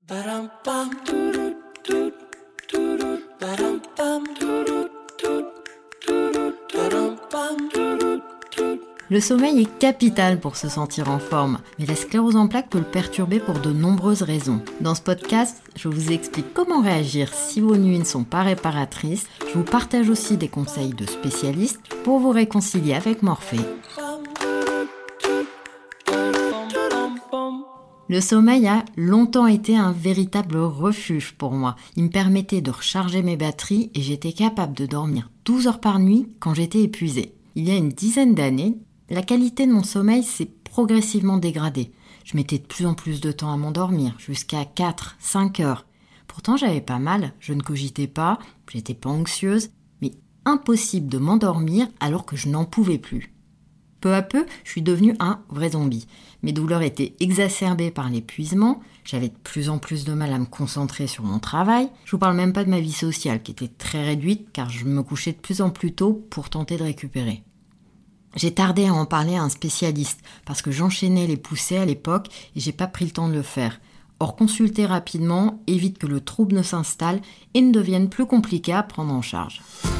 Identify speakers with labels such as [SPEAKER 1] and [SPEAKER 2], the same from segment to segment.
[SPEAKER 1] Le sommeil est capital pour se sentir en forme, mais la sclérose en plaques peut le perturber pour de nombreuses raisons. Dans ce podcast, je vous explique comment réagir si vos nuits ne sont pas réparatrices. Je vous partage aussi des conseils de spécialistes pour vous réconcilier avec Morphée. Le sommeil a longtemps été un véritable refuge pour moi. Il me permettait de recharger mes batteries et j'étais capable de dormir 12 heures par nuit quand j'étais épuisée. Il y a une dizaine d'années, la qualité de mon sommeil s'est progressivement dégradée. Je mettais de plus en plus de temps à m'endormir, jusqu'à 4-5 heures. Pourtant, j'avais pas mal, je ne cogitais pas, j'étais pas anxieuse, mais impossible de m'endormir alors que je n'en pouvais plus. Peu à peu, je suis devenue un vrai zombie. Mes douleurs étaient exacerbées par l'épuisement, j'avais de plus en plus de mal à me concentrer sur mon travail. Je vous parle même pas de ma vie sociale qui était très réduite car je me couchais de plus en plus tôt pour tenter de récupérer. J'ai tardé à en parler à un spécialiste parce que j'enchaînais les poussées à l'époque et j'ai pas pris le temps de le faire. Or, consulter rapidement évite que le trouble ne s'installe et ne devienne plus compliqué à prendre en charge.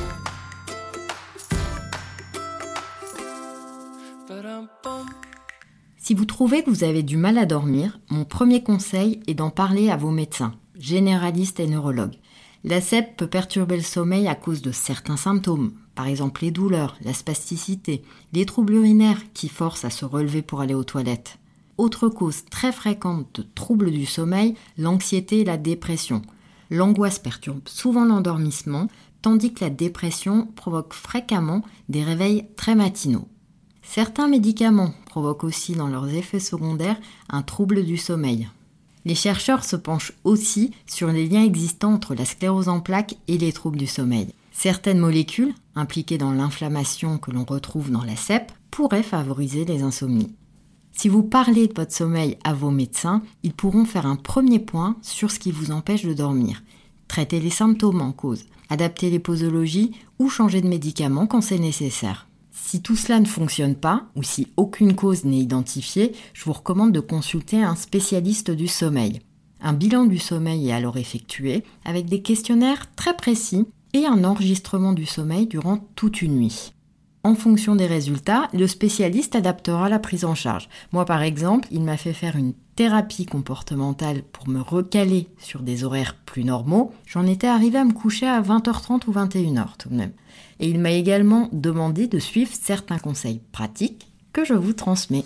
[SPEAKER 1] Si vous trouvez que vous avez du mal à dormir, mon premier conseil est d'en parler à vos médecins, généralistes et neurologues. La SEP peut perturber le sommeil à cause de certains symptômes, par exemple les douleurs, la spasticité, les troubles urinaires qui forcent à se relever pour aller aux toilettes. Autre cause très fréquente de troubles du sommeil, l'anxiété et la dépression. L'angoisse perturbe souvent l'endormissement, tandis que la dépression provoque fréquemment des réveils très matinaux. Certains médicaments provoquent aussi dans leurs effets secondaires un trouble du sommeil. Les chercheurs se penchent aussi sur les liens existants entre la sclérose en plaques et les troubles du sommeil. Certaines molécules, impliquées dans l'inflammation que l'on retrouve dans la SEP, pourraient favoriser les insomnies. Si vous parlez de votre sommeil à vos médecins, ils pourront faire un premier point sur ce qui vous empêche de dormir, traiter les symptômes en cause, adapter les posologies ou changer de médicaments quand c'est nécessaire. Si tout cela ne fonctionne pas, ou si aucune cause n'est identifiée, je vous recommande de consulter un spécialiste du sommeil. Un bilan du sommeil est alors effectué, avec des questionnaires très précis et un enregistrement du sommeil durant toute une nuit. En fonction des résultats, le spécialiste adaptera la prise en charge. Moi, par exemple, il m'a fait faire une thérapie comportementale pour me recaler sur des horaires plus normaux. J'en étais arrivée à me coucher à 20h30 ou 21h tout de même. Et il m'a également demandé de suivre certains conseils pratiques que je vous transmets.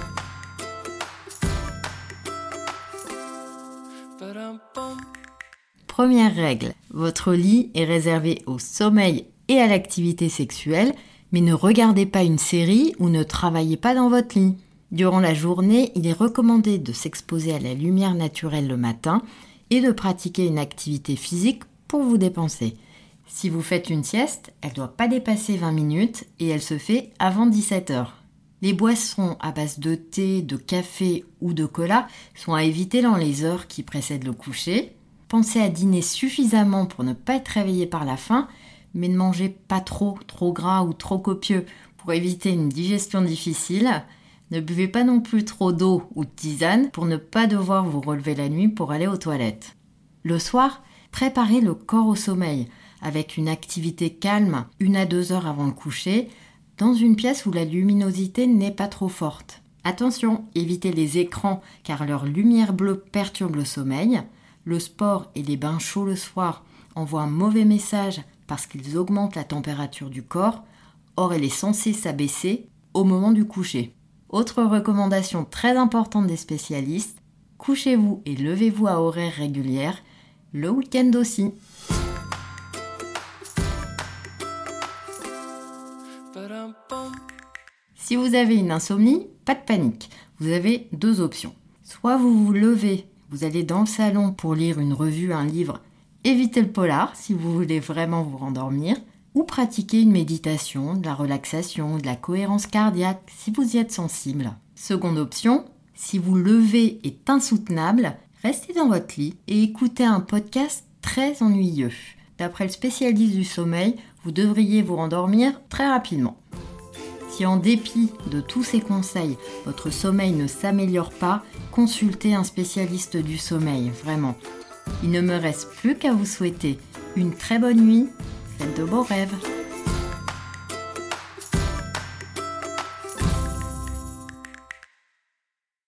[SPEAKER 1] Première règle, votre lit est réservé au sommeil et à l'activité sexuelle, mais ne regardez pas une série ou ne travaillez pas dans votre lit. Durant la journée, il est recommandé de s'exposer à la lumière naturelle le matin et de pratiquer une activité physique pour vous dépenser. Si vous faites une sieste, elle ne doit pas dépasser 20 minutes et elle se fait avant 17h. Les boissons à base de thé, de café ou de cola sont à éviter dans les heures qui précèdent le coucher. Pensez à dîner suffisamment pour ne pas être réveillé par la faim, mais ne mangez pas trop gras ou trop copieux pour éviter une digestion difficile. Ne buvez pas non plus trop d'eau ou de tisane pour ne pas devoir vous relever la nuit pour aller aux toilettes. Le soir, préparez le corps au sommeil avec une activité calme 1 à 2 heures avant le coucher, dans une pièce où la luminosité n'est pas trop forte. Attention, évitez les écrans car leur lumière bleue perturbe le sommeil. Le sport et les bains chauds le soir envoient un mauvais message parce qu'ils augmentent la température du corps. Or, elle est censée s'abaisser au moment du coucher. Autre recommandation très importante des spécialistes, couchez-vous et levez-vous à horaires régulières, le week-end aussi. Si vous avez une insomnie, pas de panique. Vous avez 2 options. Soit vous vous levez, vous allez dans le salon pour lire une revue, un livre, évitez le polar si vous voulez vraiment vous rendormir, ou pratiquez une méditation, de la relaxation, de la cohérence cardiaque si vous y êtes sensible. Seconde option, si vous levez est insoutenable, restez dans votre lit et écoutez un podcast très ennuyeux. D'après le spécialiste du sommeil, vous devriez vous rendormir très rapidement. Si en dépit de tous ces conseils, votre sommeil ne s'améliore pas, consultez un spécialiste du sommeil, vraiment. Il ne me reste plus qu'à vous souhaiter une très bonne nuit, faites de beaux rêves.